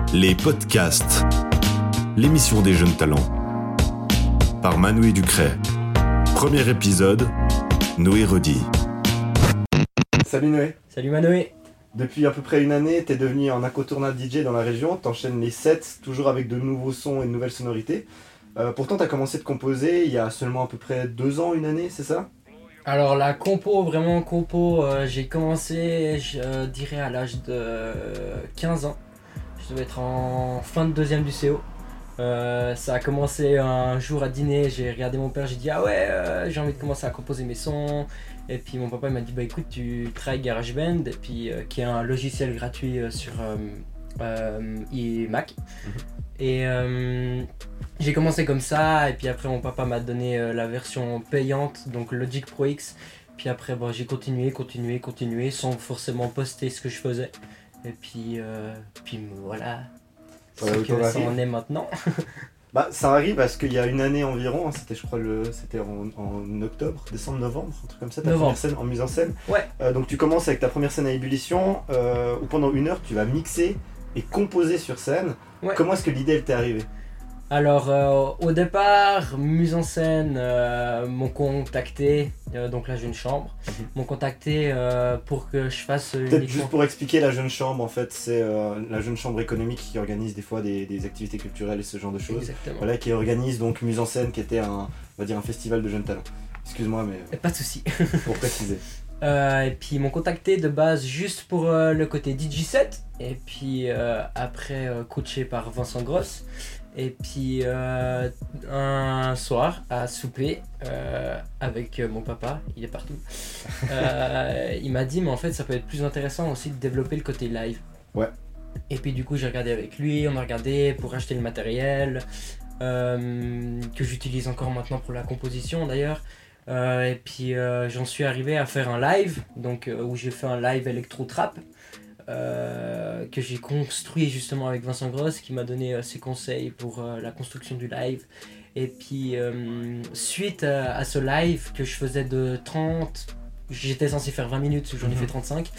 Les podcasts, l'émission des jeunes talents. Par Manoé Ducret. Premier épisode, Noé Rodi. Salut Noé. Salut Manoé. Depuis à peu près une année, t'es devenu un incontournable DJ dans la région, t'enchaînes les sets, toujours avec de nouveaux sons et de nouvelles sonorités. Pourtant t'as commencé de composer il y a seulement à peu près 2 ans, une année, c'est ça ? Alors la compo, j'ai commencé, je dirais à l'âge de 15 ans. Je devais être en fin de deuxième du CO. Ça a commencé un jour à dîner, j'ai regardé mon père, j'ai dit ah ouais, j'ai envie de commencer à composer mes sons. Et puis mon papa m'a dit bah écoute, tu tries GarageBand, et puis, qui est un logiciel gratuit sur Mac. Et j'ai commencé comme ça, et puis après mon papa m'a donné la version payante, donc Logic Pro X. Puis après j'ai continué sans forcément poster ce que je faisais. Et puis voilà, ça en est maintenant. Bah ça arrive parce qu'il y a une année environ, c'était je crois c'était en octobre, décembre, novembre, un truc comme ça, ta première scène en mise en scène. Ouais. Donc tu commences avec ta première scène à ébullition, où pendant 1 heure tu vas mixer et composer sur scène. Ouais. Comment est-ce que l'idée elle t'est arrivée ? Alors au départ, mise en scène m'ont contacté, donc la Jeune Chambre, m'ont contacté pour que je fasse peut-être juste pour expliquer, la Jeune Chambre en fait c'est la Jeune Chambre économique qui organise des fois des activités culturelles et ce genre de choses. Exactement. Voilà, qui organise donc mise en scène qui était on va dire un festival de jeunes talents. Excuse-moi mais... Pas de souci. Pour préciser. Et puis ils m'ont contacté de base juste pour le côté DJ set, et puis après coaché par Vincent Grosse. Et puis un soir à souper avec mon papa, il est partout, il m'a dit mais en fait ça peut être plus intéressant aussi de développer le côté live. Ouais. Et puis du coup j'ai regardé avec lui, on a regardé pour acheter le matériel que j'utilise encore maintenant pour la composition d'ailleurs. Et puis j'en suis arrivé à faire un live, donc où j'ai fait un live électro-trap. Que j'ai construit justement avec Vincent Grosse, qui m'a donné ses conseils pour la construction du live. Et puis suite à ce live que je faisais de 30, j'étais censé faire 20 minutes, j'en ai fait 35.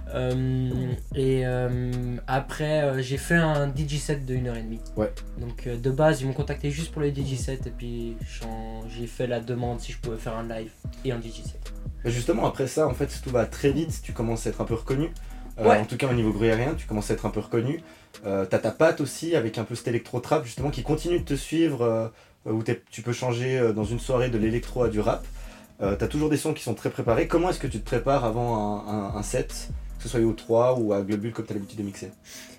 Ouais. Après j'ai fait un DJ set de 1h30. Ouais. Donc de base ils m'ont contacté juste pour les DJ sets, et puis j'ai fait la demande si je pouvais faire un live et un DJ set. Et justement après ça en fait tout va très vite, tu commences à être un peu reconnu. Ouais. En tout cas au niveau gruyérien, tu commences à être un peu reconnu. T'as ta patte aussi avec un peu cet électro-trap justement qui continue de te suivre, où tu peux changer dans une soirée de l'électro à du rap. T'as toujours des sons qui sont très préparés. Comment est-ce que tu te prépares avant un set, que ce soit au 3 ou à Globule comme tu as l'habitude de mixer ?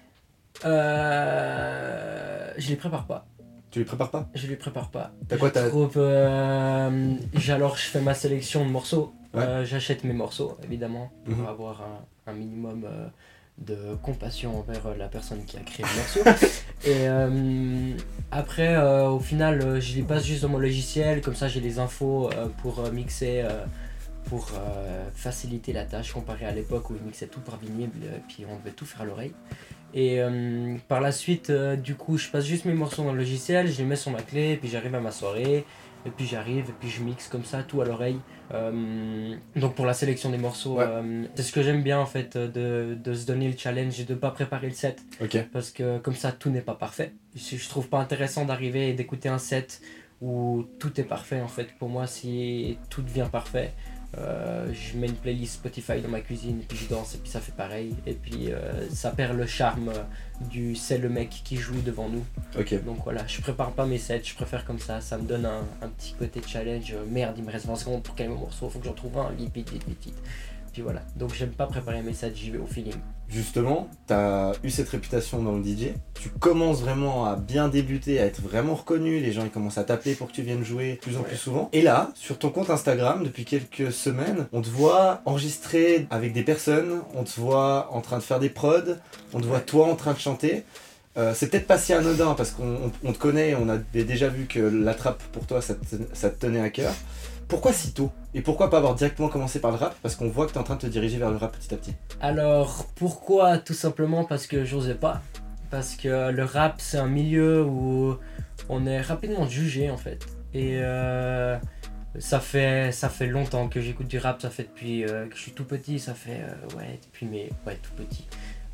Je les prépare pas. Tu les prépares pas ? Je les prépare pas. T'as quoi alors je fais ma sélection de morceaux. Ouais. J'achète mes morceaux évidemment pour avoir un minimum de compassion envers la personne qui a créé le morceau. Et après au final je les passe juste dans mon logiciel, comme ça j'ai les infos pour mixer, pour faciliter la tâche comparé à l'époque où ils mixaient tout par vinyle et puis on devait tout faire à l'oreille. Et par la suite du coup je passe juste mes morceaux dans le logiciel, je les mets sur ma clé, et puis j'arrive à ma soirée, et puis j'arrive et puis je mixe comme ça tout à l'oreille. Donc pour la sélection des morceaux, ouais. C'est ce que j'aime bien en fait, de se donner le challenge et de pas préparer le set. Okay. Parce que comme ça tout n'est pas parfait. Je trouve pas intéressant d'arriver et d'écouter un set où tout est parfait en fait. Pour moi, si tout devient parfait, je mets une playlist Spotify dans ma cuisine et puis je danse et puis ça fait pareil, et puis ça perd le charme du c'est le mec qui joue devant nous. Okay. Donc voilà, je prépare pas mes sets, je préfère comme ça me donne un petit côté challenge. Merde, il me reste 20 secondes pour caler mon morceau, faut que j'en trouve un, vite. Puis voilà, donc j'aime pas préparer mes sets, j'y vais au feeling. Justement, t'as eu cette réputation dans le DJ, tu commences vraiment à bien débuter, à être vraiment reconnu, les gens ils commencent à t'appeler pour que tu viennes jouer de plus en plus souvent. Et là, sur ton compte Instagram, depuis quelques semaines, on te voit enregistrer avec des personnes, on te voit en train de faire des prods, on te voit toi en train de chanter. C'est peut-être pas si anodin parce qu'on te connaît, on avait déjà vu que la trappe pour toi ça te tenait à cœur. Pourquoi si tôt ? Et pourquoi pas avoir directement commencé par le rap ? Parce qu'on voit que tu es en train de te diriger vers le rap petit à petit. Alors pourquoi ? Tout simplement parce que j'osais pas. Parce que le rap c'est un milieu où on est rapidement jugé en fait. Et ça fait longtemps que j'écoute du rap, ça fait depuis que je suis tout petit, ça fait tout petit.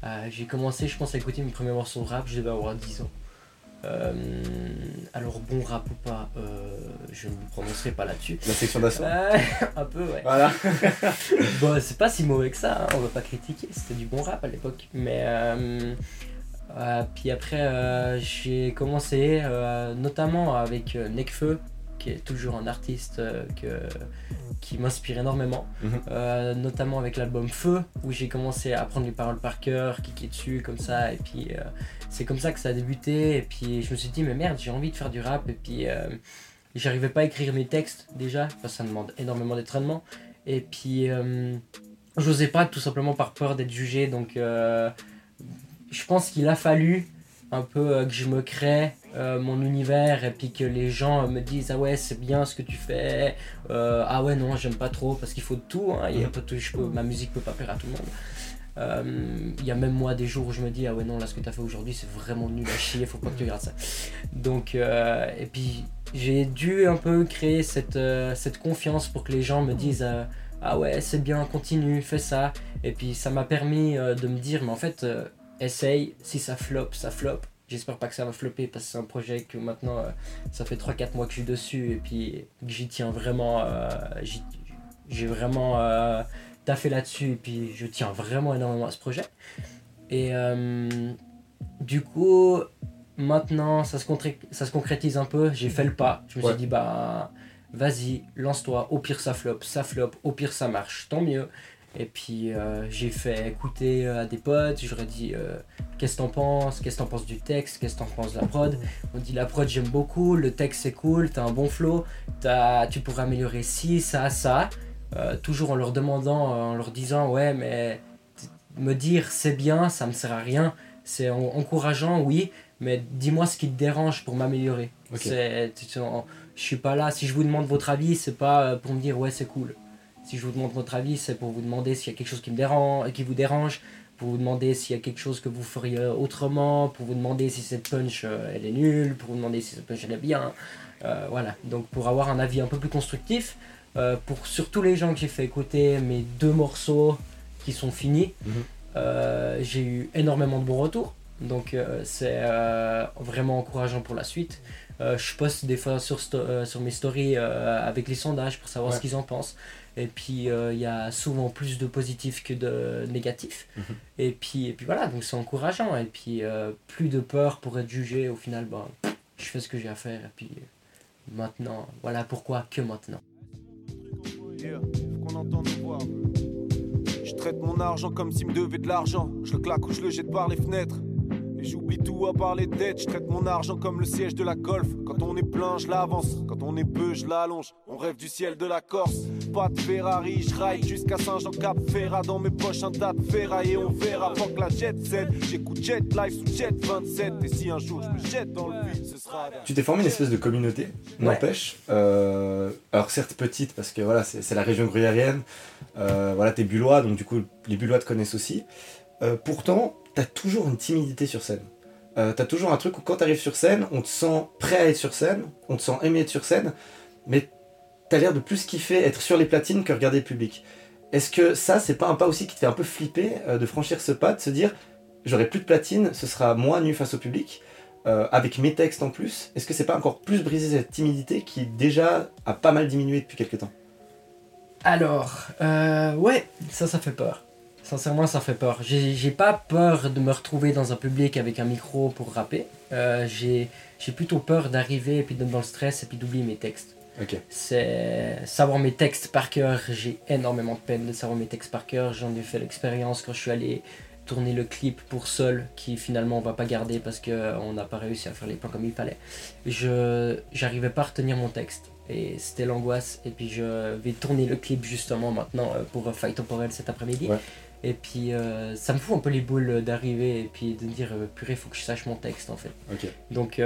J'ai commencé, je pense, à écouter mes premiers morceaux de rap, je devais avoir 10 ans. Alors bon rap ou pas, je ne me prononcerai pas là-dessus. La section d'assaut un peu, ouais. Voilà. Bon, c'est pas si mauvais que ça, hein, on va pas critiquer, c'était du bon rap à l'époque. Mais puis après, j'ai commencé notamment avec Nekfeu, qui est toujours un artiste qui m'inspire énormément, notamment avec l'album Feu, où j'ai commencé à apprendre les paroles par cœur, kicker dessus comme ça, et puis c'est comme ça que ça a débuté, et puis je me suis dit mais merde, j'ai envie de faire du rap, et puis j'arrivais pas à écrire mes textes déjà, parce que ça demande énormément d'entraînement, et puis j'osais pas tout simplement par peur d'être jugé, donc je pense qu'il a fallu un peu que je me crée mon univers et puis que les gens me disent ah ouais c'est bien ce que tu fais, ah ouais non j'aime pas trop, parce qu'il faut de tout, hein, il y a pas tout, ma musique peut pas plaire à tout le monde. Il y a même moi des jours où je me dis ah ouais non là ce que tu as fait aujourd'hui c'est vraiment nul à chier, faut pas que tu regardes ça. Donc et puis j'ai dû un peu créer cette confiance pour que les gens me disent ah ouais c'est bien, continue, fais ça, et puis ça m'a permis de me dire mais en fait essaye, si ça flop, ça flop. J'espère pas que ça va flopper parce que c'est un projet que maintenant ça fait 3-4 mois que je suis dessus et puis que j'y tiens vraiment, j'ai vraiment taffé là-dessus et puis je tiens vraiment énormément à ce projet. Et du coup maintenant ça se concrétise un peu, j'ai fait le pas, je me suis dit bah vas-y, lance-toi, au pire ça flop, au pire ça marche, tant mieux. Et puis j'ai fait écouter à des potes, je leur ai dit qu'est-ce que t'en penses du texte, qu'est-ce que t'en penses de la prod. On dit la prod j'aime beaucoup, le texte c'est cool, t'as un bon flow, tu pourrais améliorer ci, ça. Toujours en leur demandant, en leur disant ouais mais me dire c'est bien, ça me sert à rien, c'est encourageant oui, mais dis-moi ce qui te dérange pour m'améliorer. Okay. Je suis pas là, si je vous demande votre avis c'est pas pour me dire ouais c'est cool. Si je vous demande votre avis, c'est pour vous demander s'il y a quelque chose qui vous dérange, pour vous demander s'il y a quelque chose que vous feriez autrement, pour vous demander si cette punch elle est nulle, pour vous demander si cette punch elle est bien. Voilà, donc pour avoir un avis un peu plus constructif, pour surtout les gens que j'ai fait écouter mes 2 morceaux qui sont finis, j'ai eu énormément de bons retours, donc c'est vraiment encourageant pour la suite. Je poste des fois sur mes stories avec les sondages pour savoir ce qu'ils en pensent. Et puis il y a souvent plus de positifs que de négatifs. Et puis voilà, donc c'est encourageant. Et puis plus de peur pour être jugé. Au final, je fais ce que j'ai à faire. Et puis maintenant, voilà pourquoi que maintenant. Faut qu'on entende nos voix. Je traite mon argent comme s'il me devait de l'argent. Je le claque ou je le jette par les fenêtres. J'oublie tout à part les dettes, je traite mon argent comme le siège de la Golf. Quand on est plein, je l'avance, quand on est peu, je l'allonge. On rêve du ciel de la Corse, pas de Ferrari, je ride jusqu'à Saint-Jean-Cap-Ferrat. Dans mes poches un tas de ferraille et on verra. Fuck la jet set, j'écoute Jet Life sous Jet 27. Et si un jour je me jette dans le vide, ce sera... Tu t'es formé une espèce de communauté, n'empêche. Alors certes petite, parce que voilà, c'est la région gruyérienne. Voilà, t'es bullois, donc du coup les bullois te connaissent aussi. Pourtant, t'as toujours une timidité sur scène. T'as toujours un truc où quand t'arrives sur scène, on te sent prêt à être sur scène, on te sent aimé être sur scène, mais t'as l'air de plus kiffer être sur les platines que regarder le public. Est-ce que ça, c'est pas un pas aussi qui te fait un peu flipper de franchir ce pas, de se dire j'aurai plus de platine, ce sera moi nu face au public, avec mes textes en plus. Est-ce que c'est pas encore plus briser cette timidité qui déjà a pas mal diminué depuis quelques temps? Alors, ouais, ça fait peur. Sincèrement, ça fait peur. J'ai pas peur de me retrouver dans un public avec un micro pour rapper. J'ai plutôt peur d'arriver et puis d'être dans le stress et puis d'oublier mes textes. Okay. C'est savoir mes textes par cœur. J'ai énormément de peine de savoir mes textes par cœur. J'en ai fait l'expérience quand je suis allé tourner le clip pour Seul, qui finalement on va pas garder parce qu'on n'a pas réussi à faire les plans comme il fallait. J'arrivais pas à retenir mon texte. Et c'était l'angoisse. Et puis je vais tourner le clip justement maintenant pour Fight Temporel cet après-midi. Ouais. Et puis ça me fout un peu les boules d'arriver et puis de me dire purée, faut que je sache mon texte en fait. Okay. Donc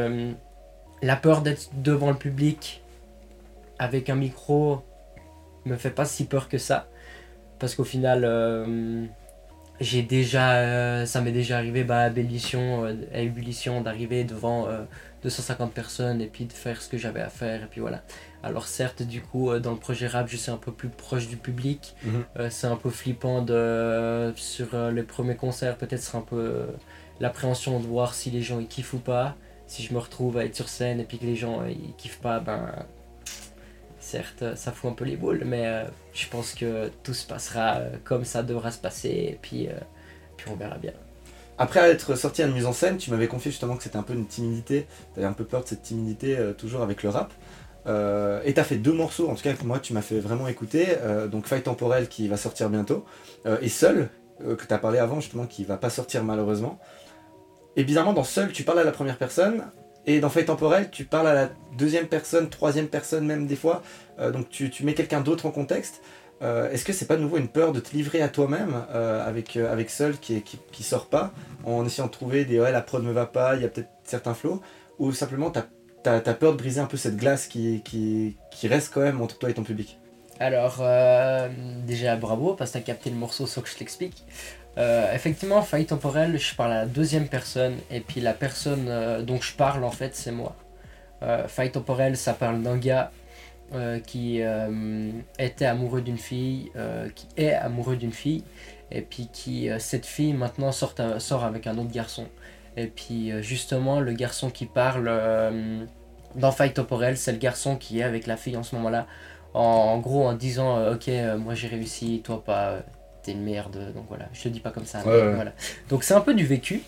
la peur d'être devant le public avec un micro me fait pas si peur que ça. Parce qu'au final, j'ai déjà, ça m'est déjà arrivé à ébullition d'arriver devant 250 personnes et puis de faire ce que j'avais à faire et puis voilà. Alors certes du coup dans le projet rap je suis un peu plus proche du public, c'est un peu flippant sur les premiers concerts, peut-être c'est un peu l'appréhension de voir si les gens ils kiffent ou pas, si je me retrouve à être sur scène et puis que les gens ils kiffent pas, certes ça fout un peu les boules mais je pense que tout se passera comme ça devra se passer et puis on verra bien. Après être sorti à une mise en scène, tu m'avais confié justement que c'était un peu une timidité, tu avais un peu peur de cette timidité toujours avec le rap. Et tu as fait 2 morceaux, en tout cas que moi tu m'as fait vraiment écouter, donc Faille temporelle qui va sortir bientôt, et Seul, que tu as parlé avant justement, qui va pas sortir malheureusement. Et bizarrement dans Seul tu parles à la première personne, et dans Faille temporelle tu parles à la 2e personne, 3e personne même des fois, donc tu mets quelqu'un d'autre en contexte. Est-ce que c'est pas de nouveau une peur de te livrer à toi-même avec Seul qui sort pas, en essayant de trouver la prod me va pas, il y a peut-être certains flows, ou simplement t'as peur de briser un peu cette glace qui reste quand même entre toi et ton public? Alors déjà bravo parce que t'as capté le morceau sans que je t'explique. Effectivement Faille temporelle je parle à la 2e personne et puis la personne dont je parle en fait c'est moi. Faille temporelle ça parle d'un gars qui était amoureux d'une fille, qui est amoureux d'une fille, et puis qui cette fille maintenant sort avec un autre garçon. Et puis justement le garçon qui parle dans Faille temporelle, c'est le garçon qui est avec la fille en ce moment-là, en gros en disant ok moi j'ai réussi, toi pas, t'es une merde, donc voilà, je te dis pas comme ça, mais voilà. Donc c'est un peu du vécu.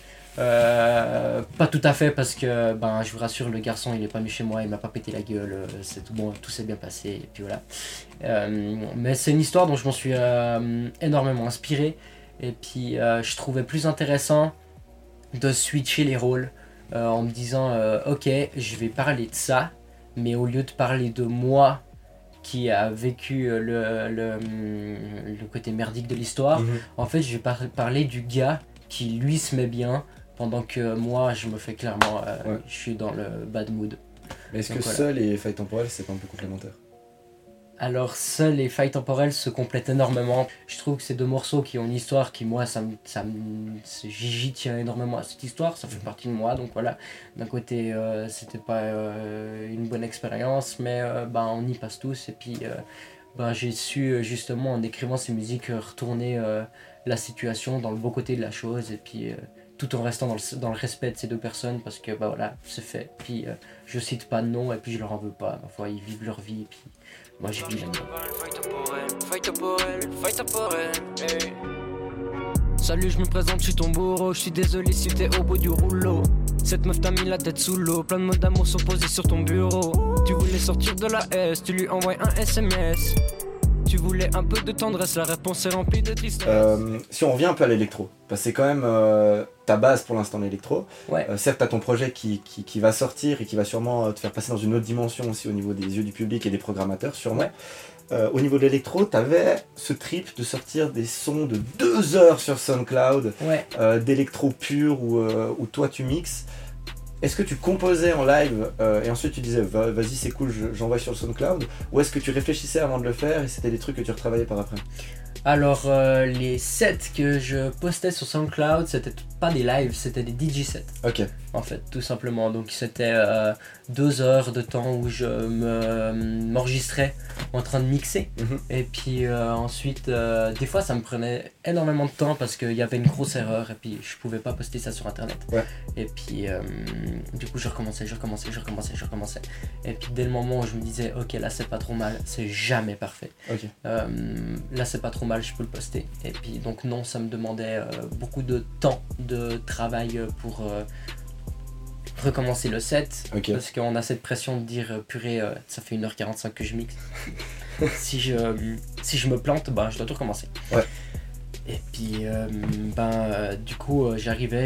Pas tout à fait parce que je vous rassure le garçon il est pas venu chez moi, il m'a pas pété la gueule, c'est tout bon, tout s'est bien passé et puis voilà. Mais c'est une histoire dont je m'en suis énormément inspiré et puis je trouvais plus intéressant de switcher les rôles en me disant ok je vais parler de ça mais au lieu de parler de moi qui a vécu le côté merdique de l'histoire, en fait je vais parler du gars qui lui se met bien pendant que moi je me fais clairement je suis dans le bad mood. Mais est-ce que voilà. Seul et Faille temporelle c'est pas un peu complémentaire? Alors Seul et Faille temporelle se complètent énormément. Je trouve que c'est 2 morceaux qui ont une histoire qui moi j'y tiens énormément à cette histoire, ça fait partie de moi donc voilà. D'un côté c'était pas une bonne expérience mais on y passe tous et puis j'ai su justement en écrivant ces musiques retourner la situation dans le beau côté de la chose et puis tout en restant dans le respect de ces 2 personnes parce que voilà c'est fait, puis je cite pas de nom et puis je leur en veux pas, ma foi ils vivent leur vie et puis moi j'ai vis la mienne. Salut, je me présente, je suis ton bourreau. Je suis désolé si t'es au bout du rouleau. Cette meuf t'a mis la tête sous l'eau. Plein de mots d'amour sont posés sur ton bureau. Tu voulais sortir de la S, tu lui envoies un SMS. Tu voulais un peu de tendresse, la réponse est remplie de tristesse. Si on revient un peu à l'électro, parce que c'est quand même ta base pour l'instant l'électro. Ouais. Certes t'as ton projet qui va sortir et qui va sûrement te faire passer dans une autre dimension aussi au niveau des yeux du public et des programmateurs sûrement. Ouais. Au niveau de l'électro, t'avais ce trip de sortir des sons de 2 heures sur SoundCloud, d'électro pur où toi tu mixes. Est-ce que tu composais en live et ensuite tu disais vas-y c'est cool j'envoie sur le SoundCloud, ou est-ce que tu réfléchissais avant de le faire et c'était des trucs que tu retravaillais par après? Alors les sets que je postais sur SoundCloud c'était pas des lives, c'était des DJ sets. Ok. En fait tout simplement, donc c'était 2 heures de temps où je m'enregistrais en train de mixer et puis ensuite des fois ça me prenait énormément de temps parce qu'il y avait une grosse erreur et puis je pouvais pas poster ça sur internet. Et puis du coup je recommençais et puis dès le moment où je me disais ok là c'est pas trop mal, c'est jamais parfait, là c'est pas trop mal, je peux le poster. Et puis donc non, ça me demandait beaucoup de temps de travail pour recommencer le set, parce qu'on a cette pression de dire purée ça fait 1h45 que je mixe. si je me plante je dois tout recommencer. Et puis du coup j'arrivais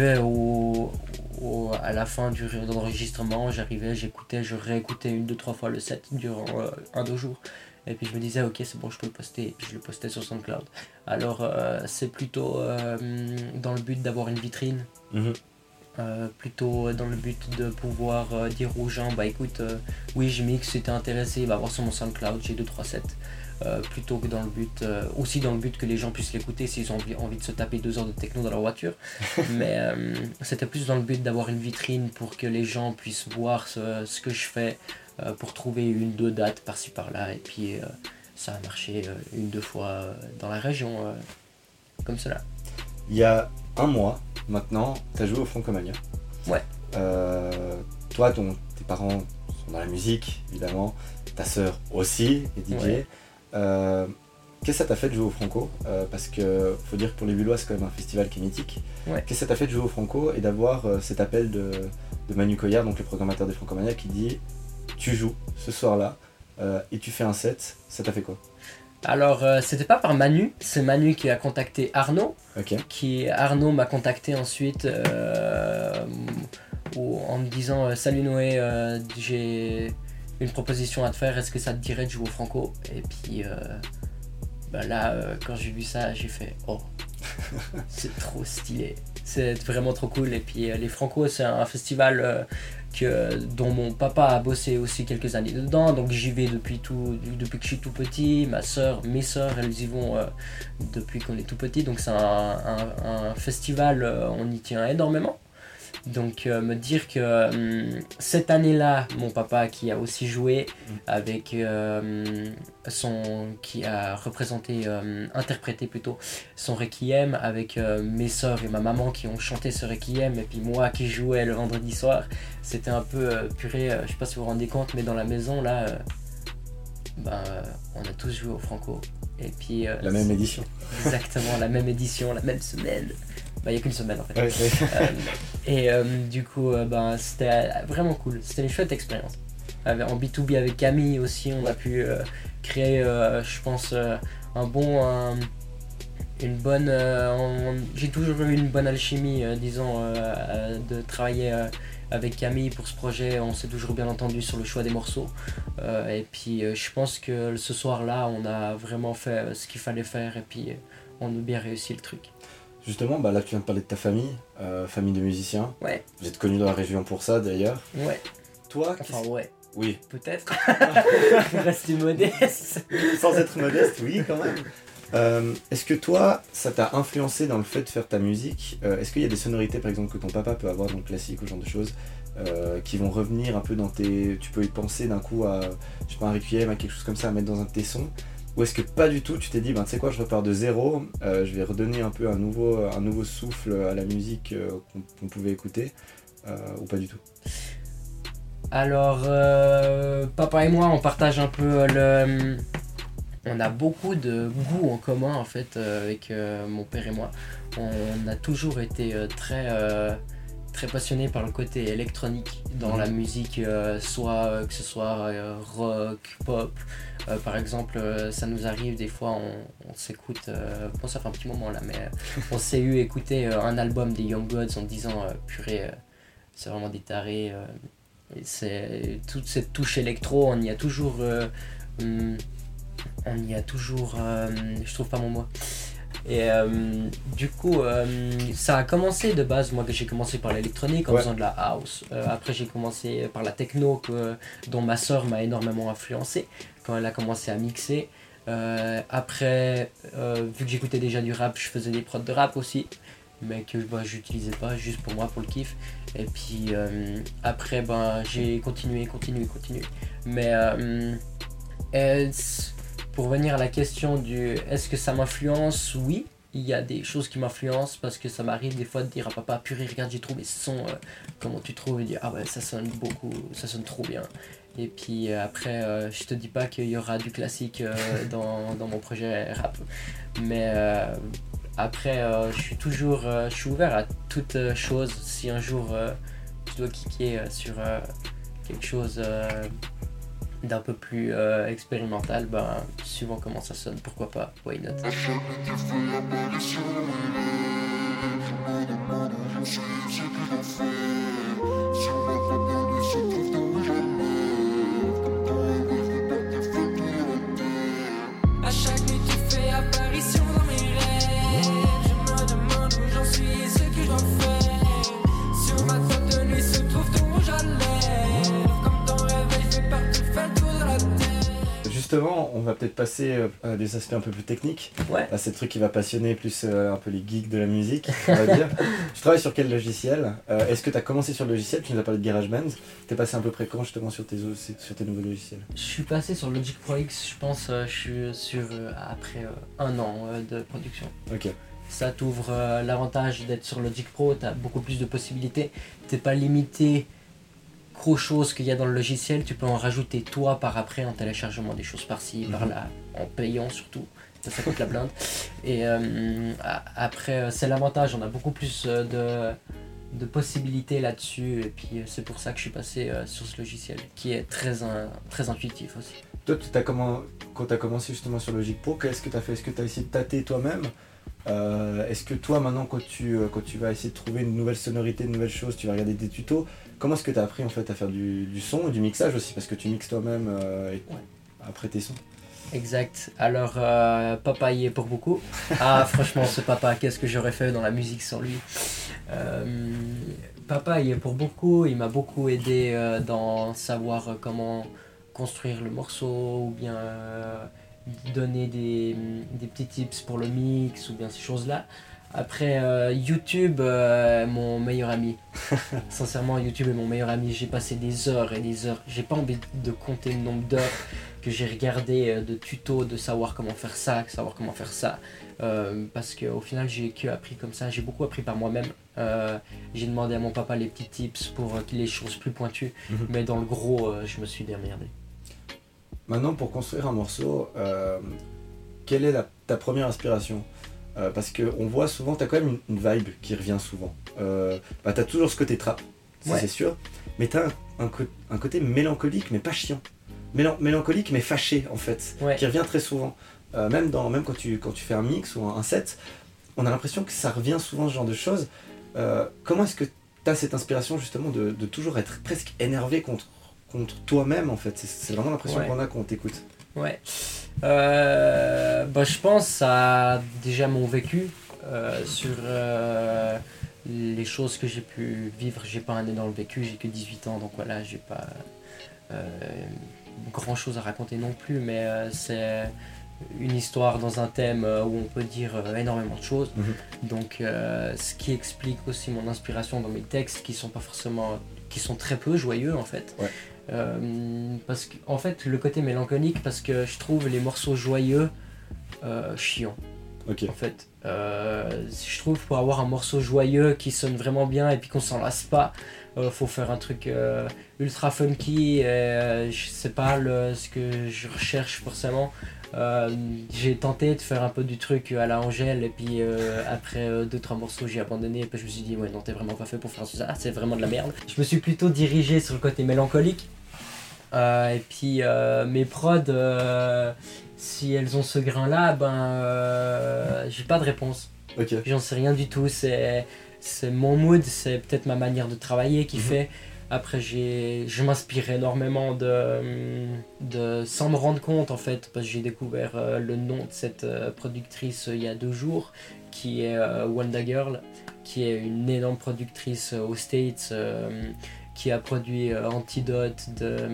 à la fin de l'enregistrement, j'écoutais, je réécoutais 1, 2, 3 fois le set durant 1-2 jours. Et puis je me disais ok c'est bon je peux le poster, et puis je le postais sur SoundCloud. Alors c'est plutôt dans le but d'avoir une vitrine, plutôt dans le but de pouvoir dire aux gens écoute oui je mixe, si t'es intéressé va voir sur mon SoundCloud, j'ai 2-3 sets. plutôt que dans le but, aussi dans le but que les gens puissent l'écouter s'ils ont envie de se taper 2 heures de techno dans leur voiture. Mais c'était plus dans le but d'avoir une vitrine pour que les gens puissent voir ce que je fais, pour trouver 1-2 dates par-ci par-là. Et puis ça a marché 1-2 fois dans la région, comme cela. Il y a 1 mois maintenant, tu as joué au Francomania. Ouais. Toi, tes parents sont dans la musique, évidemment. Ta sœur aussi est DJ. Ouais. Qu'est-ce que ça t'a fait de jouer au Franco? Parce que faut dire que pour les Bullois, c'est quand même un festival qui est mythique. Ouais. Qu'est-ce que ça t'a fait de jouer au Franco et d'avoir cet appel de Manu Coyard, donc le programmateur des Francomania, qui dit tu joues ce soir-là et tu fais un set, ça t'a fait quoi? Alors, c'était pas par Manu, c'est Manu qui a contacté Arnaud. Ok. Arnaud m'a contacté ensuite en me disant salut Noé, j'ai une proposition à te faire, est-ce que ça te dirait de jouer au Franco? Et puis là, quand j'ai vu ça, j'ai fait oh, c'est trop stylé, c'est vraiment trop cool. Et puis les Franco, c'est un festival dont mon papa a bossé aussi quelques années dedans, donc j'y vais depuis que je suis tout petit. Mes sœurs, elles y vont depuis qu'on est tout petit, donc c'est un festival, on y tient énormément. Donc me dire que cette année-là, mon papa qui a aussi joué avec qui a interprété plutôt son requiem avec mes sœurs et ma maman qui ont chanté ce requiem, et puis moi qui jouais le vendredi soir, c'était un peu purée, je sais pas si vous vous rendez compte, mais dans la maison là, on a tous joué au Franco. Et puis la même édition. Exactement, la même édition, la même semaine. Il n'y a qu'une semaine en fait. Ouais. Du coup, c'était vraiment cool. C'était une chouette expérience. En B2B avec Camille aussi, on a pu créer, je pense, j'ai toujours eu une bonne alchimie, de travailler avec Camille pour ce projet. On s'est toujours bien entendu sur le choix des morceaux. Et puis, je pense que ce soir-là, on a vraiment fait ce qu'il fallait faire, et puis on a bien réussi le truc. Justement, là tu viens de parler de ta famille, famille de musiciens. Ouais. Vous êtes connu dans la région pour ça d'ailleurs. Ouais. Toi, Ouais. oui. Peut-être. Rester modeste. Sans être modeste, oui quand même. Est-ce que toi, ça t'a influencé dans le fait de faire ta musique? Est-ce qu'il y a des sonorités par exemple que ton papa peut avoir dans le classique ou ce genre de choses qui vont revenir un peu dans tes... Tu peux y penser d'un coup à, je sais pas, un requiem, à quelque chose comme ça, à mettre dans un de tes sons? Ou est-ce que pas du tout, tu t'es dit, tu sais quoi, je repars de zéro, je vais redonner un peu un nouveau souffle à la musique qu'on pouvait écouter, ou pas du tout? Alors, papa et moi, on partage un peu on a beaucoup de goûts en commun en fait avec mon père et moi. On a toujours été très passionné par le côté électronique dans la musique, soit que ce soit rock, pop. Par exemple, ça nous arrive des fois, on s'écoute, bon ça fait un petit moment là, mais on s'est eu écouter un album des Young Gods en disant purée, c'est vraiment des tarés. Et c'est toute cette touche électro, on y a toujours, je trouve pas mon mot. Et du coup, ça a commencé de base, moi j'ai commencé par l'électronique en faisant de la house. Après j'ai commencé par la techno dont ma soeur m'a énormément influencé quand elle a commencé à mixer. Après, vu que j'écoutais déjà du rap, je faisais des prods de rap aussi, mais que j'utilisais pas, juste pour moi, pour le kiff. Et puis après, j'ai continué. Mais pour revenir à la question du est-ce que ça m'influence, oui, il y a des choses qui m'influencent parce que ça m'arrive des fois de dire à papa purée regarde j'ai trouvé ce son, comment tu trouves, et dire ah ouais ça sonne trop bien. Et puis après je te dis pas qu'il y aura du classique dans mon projet rap, mais après je suis ouvert à toute chose. Si un jour tu dois kicker sur quelque chose d'un peu plus expérimental, suivant comment ça sonne, pourquoi pas, why not. À chaque nuit tu fais apparition dans mes rêves. Je me demande où j'en suis, ce que j'en fais. Sur ma table de nuit se trouve ton rouge à lèvres. Comme ton réveil fait partout, fait le tour de la terre. Justement, on va peut-être passer à des aspects un peu plus techniques. Ouais. C'est le truc qui va passionner plus un peu les geeks de la musique, on va dire. Tu travailles sur quel logiciel? Est-ce que tu as commencé sur le logiciel? Tu nous as parlé de GarageBand. T'es passé à peu près quand justement sur tes nouveaux logiciels? Je suis passé sur Logic Pro X, je pense, je suis sur après 1 an de production. Ok. Ça t'ouvre l'avantage d'être sur Logic Pro, t'as beaucoup plus de possibilités. T'es pas limité qu'aux choses qu'il y a dans le logiciel, tu peux en rajouter toi par après en téléchargement des choses par-ci, par-là, en payant surtout. Ça coûte la blinde. Et après, c'est l'avantage, on a beaucoup plus de possibilités là-dessus. Et puis c'est pour ça que je suis passé sur ce logiciel, qui est très intuitif aussi. Toi, quand tu as commencé justement sur Logic Pro, qu'est-ce que tu as fait? Est-ce que tu as essayé de tâter toi-même? Est-ce que toi, maintenant, quand tu vas essayer de trouver une nouvelle sonorité, de nouvelles choses, tu vas regarder des tutos, comment est-ce que tu as appris en fait à faire du son et du mixage aussi? Parce que tu mixes toi-même après tes sons. Exact. Alors, papa y est pour beaucoup. Ah, franchement, ce papa, qu'est-ce que j'aurais fait dans la musique sans lui? Papa y est pour beaucoup. Il m'a beaucoup aidé dans savoir comment construire le morceau ou bien donner des petits tips pour le mix ou bien ces choses-là. Après, YouTube, mon meilleur ami. Sincèrement, YouTube est mon meilleur ami. J'ai passé des heures et des heures. J'ai pas envie de compter le nombre d'heures que j'ai regardé de tutos, de savoir comment faire ça, parce qu'au final, j'ai que appris comme ça. J'ai beaucoup appris par moi-même. J'ai demandé à mon papa les petits tips pour qu'il ait les choses plus pointues. Mais dans le gros, je me suis démerdé. Maintenant, pour construire un morceau, quelle est ta première inspiration? Parce qu'on voit souvent, tu as quand même une vibe qui revient souvent. Tu as toujours ce côté trap, ça c'est sûr, mais tu as un côté mélancolique mais pas chiant. Mélancolique mais fâché en fait, qui revient très souvent. Même quand tu fais un mix ou un set, on a l'impression que ça revient souvent ce genre de choses. Comment est-ce que tu as cette inspiration justement de toujours être presque énervé contre toi-même en fait? C'est vraiment l'impression qu'on a quand on t'écoute. Ouais. Je pense à déjà mon vécu sur les choses que j'ai pu vivre. J'ai pas un énorme vécu, j'ai que 18 ans, donc voilà, j'ai pas grand chose à raconter non plus, mais c'est une histoire dans un thème où on peut dire énormément de choses. Donc ce qui explique aussi mon inspiration dans mes textes qui sont très peu joyeux en fait. Parce que en fait le côté mélancolique, parce que je trouve les morceaux joyeux chiants. En fait, je trouve pour avoir un morceau joyeux qui sonne vraiment bien et puis qu'on s'en lasse pas, faut faire un truc ultra funky. C'est pas ce que je recherche forcément. J'ai tenté de faire un peu du truc à la Angèle et puis après 2-3 morceaux j'ai abandonné et puis je me suis dit ouais non, t'es vraiment pas fait pour faire ça, c'est vraiment de la merde. Je me suis plutôt dirigé sur le côté mélancolique et puis mes prods si elles ont ce grain là, j'ai pas de réponse. J'en sais rien du tout, c'est mon mood, c'est peut-être ma manière de travailler qui fait. Après je m'inspire énormément de sans me rendre compte en fait, parce que j'ai découvert le nom de cette productrice il y a 2 jours, qui est Wanda Girl, qui est une énorme productrice aux States, qui a produit Antidote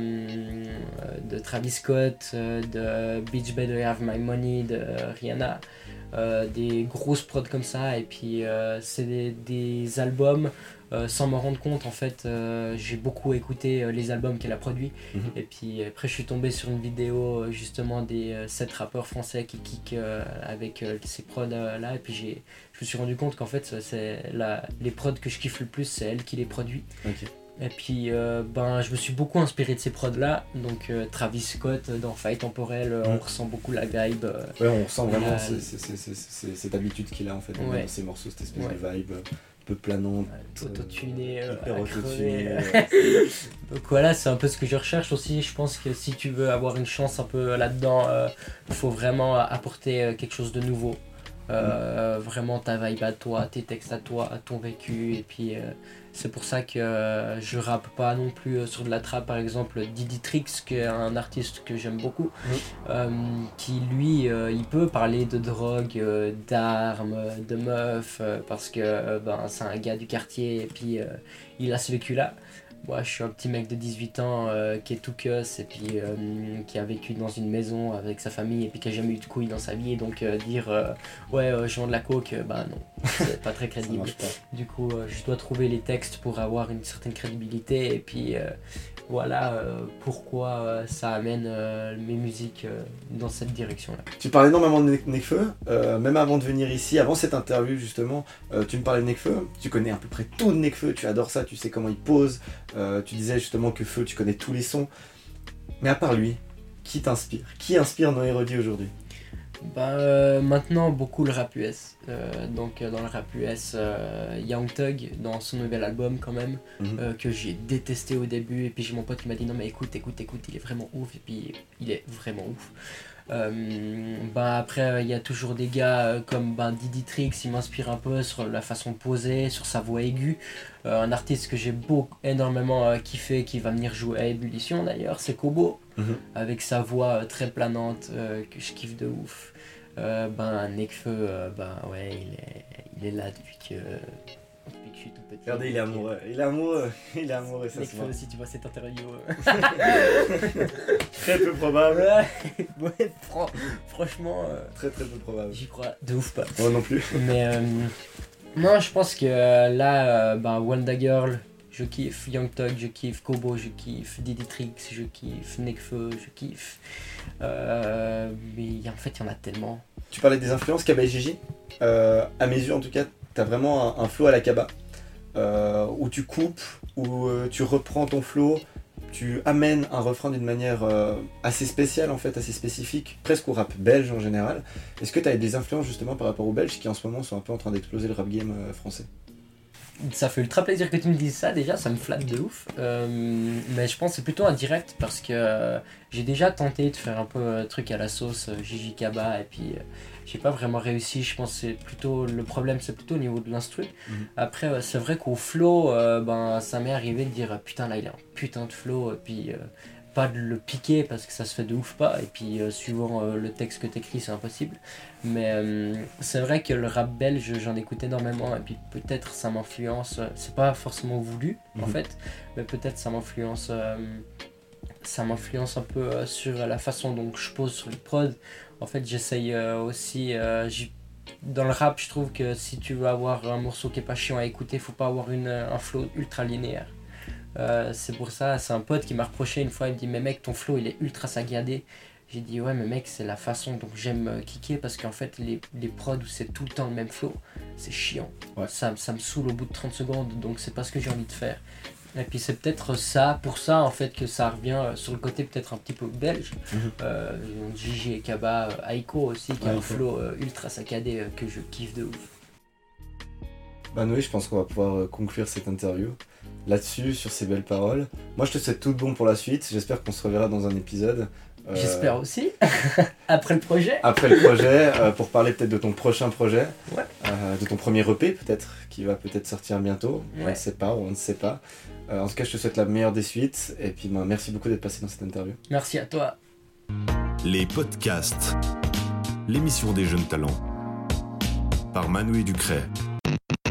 de Travis Scott, de Beach Better Have My Money de Rihanna, des grosses prods comme ça, et puis c'est des albums. Sans me rendre compte en fait, j'ai beaucoup écouté les albums qu'elle a produits et puis après je suis tombé sur une vidéo justement des 7 rappeurs français qui kick avec ces prods là, et puis je me suis rendu compte qu'en fait les prods que je kiffe le plus, c'est elle qui les produit. Et puis je me suis beaucoup inspiré de ces prods là, donc Travis Scott dans Faille Temporelle, on ressent beaucoup la vibe. On ressent vraiment cette habitude qu'il a en fait dans ces morceaux, cette espèce de vibe un peu planante, auto-tuné, hyper auto-tuné. Donc voilà, c'est un peu ce que je recherche aussi. Je pense que si tu veux avoir une chance un peu là-dedans, il faut vraiment apporter quelque chose de nouveau. Vraiment ta vibe à toi, tes textes à toi, à ton vécu, et puis c'est pour ça que je rappe pas non plus sur de la trap. Par exemple Diddy Tricks, qui est un artiste que j'aime beaucoup, qui lui il peut parler de drogue, d'armes, de meufs, parce que c'est un gars du quartier et puis il a ce vécu là. Moi, je suis un petit mec de 18 ans qui est tout cuss et puis qui a vécu dans une maison avec sa famille et puis qui a jamais eu de couilles dans sa vie. Et donc dire je vends de la coke, bah non, c'est pas très crédible. Ça marche pas. Du coup, je dois trouver les textes pour avoir une certaine crédibilité et puis voilà pourquoi ça amène mes musiques dans cette direction-là. Tu parlais énormément de Nekfeu, même avant de venir ici, avant cette interview justement, tu me parlais de Nekfeu, tu connais à peu près tout de Nekfeu, tu adores ça, tu sais comment il pose, tu disais justement que Feu, tu connais tous les sons. Mais à part lui, qui t'inspire? Qui inspire No Erodi aujourd'hui? Maintenant beaucoup le rap US, donc dans le rap US Young Thug dans son nouvel album quand même, que j'ai détesté au début et puis j'ai mon pote qui m'a dit non mais écoute il est vraiment ouf et puis il est vraiment ouf. Après il y a toujours des gars comme Diddy Tricks, il m'inspire un peu sur la façon de poser, sur sa voix aiguë. Un artiste que j'ai énormément kiffé qui va venir jouer à Ébullition d'ailleurs, c'est Kobo, avec sa voix très planante que je kiffe de ouf. Nekfeu, il est là depuis que je suis tout petit. Regardez, il est amoureux, ça se Nekfeu voit. aussi, tu vois cette interview. Très peu probable. Franchement, Très peu probable. j'y crois de ouf pas. Moi non plus. Mais non, je pense que là, Wanda Girl, je kiffe, Young Thug, je kiffe, Kobo, je kiffe, Diddy Tricks, je kiffe, Nekfeu, je kiffe. Mais en fait, il y en a tellement. Tu parlais des influences Kaba et Gigi. À mes yeux en tout cas, t'as vraiment un flow à la Kaba. Où tu coupes, où tu reprends ton flow, tu amènes un refrain d'une manière assez spéciale en fait, assez spécifique, presque au rap belge en général. Est-ce que tu as des influences justement par rapport aux Belges qui en ce moment sont un peu en train d'exploser le rap game français? Ça fait ultra plaisir que tu me dises ça, déjà ça me flatte de ouf, mais je pense que c'est plutôt indirect parce que j'ai déjà tenté de faire un peu truc à la sauce Gigi Kaba et puis j'ai pas vraiment réussi. Je pense que c'est plutôt le problème, c'est plutôt au niveau de l'instru. Après c'est vrai qu'au flow ça m'est arrivé de dire putain là il a un putain de flow et puis pas de le piquer parce que ça se fait de ouf pas et puis suivant le texte que t'écris c'est impossible, mais c'est vrai que le rap belge j'en écoute énormément et puis peut-être ça m'influence, c'est pas forcément voulu en fait, mais peut-être ça m'influence un peu sur la façon dont je pose sur les prods. En fait j'essaye aussi dans le rap je trouve que si tu veux avoir un morceau qui est pas chiant à écouter, faut pas avoir un flow ultra linéaire. C'est pour ça, c'est un pote qui m'a reproché une fois, il me dit mais mec ton flow il est ultra saccadé. J'ai dit ouais mais mec c'est la façon dont j'aime kicker parce qu'en fait les prods où c'est tout le temps le même flow, c'est chiant, ça me saoule au bout de 30 secondes donc c'est pas ce que j'ai envie de faire. Et puis c'est peut-être ça, pour ça en fait que ça revient sur le côté peut-être un petit peu belge. Gigi et Kaba, Aiko aussi qui a un flow ultra saccadé que je kiffe de ouf. Noé, je pense qu'on va pouvoir conclure cette interview là-dessus, sur ces belles paroles. Moi je te souhaite tout de bon pour la suite, j'espère qu'on se reverra dans un épisode. J'espère aussi, après le projet. Après le projet, pour parler peut-être de ton prochain projet, Ouais. de ton premier EP peut-être, qui va peut-être sortir bientôt, Ouais. on ne sait pas ou on ne sait pas. En tout cas je te souhaite la meilleure des suites, et puis merci beaucoup d'être passé dans cette interview. Merci à toi. Les podcasts. L'émission des jeunes talents. Par Manoué Ducret.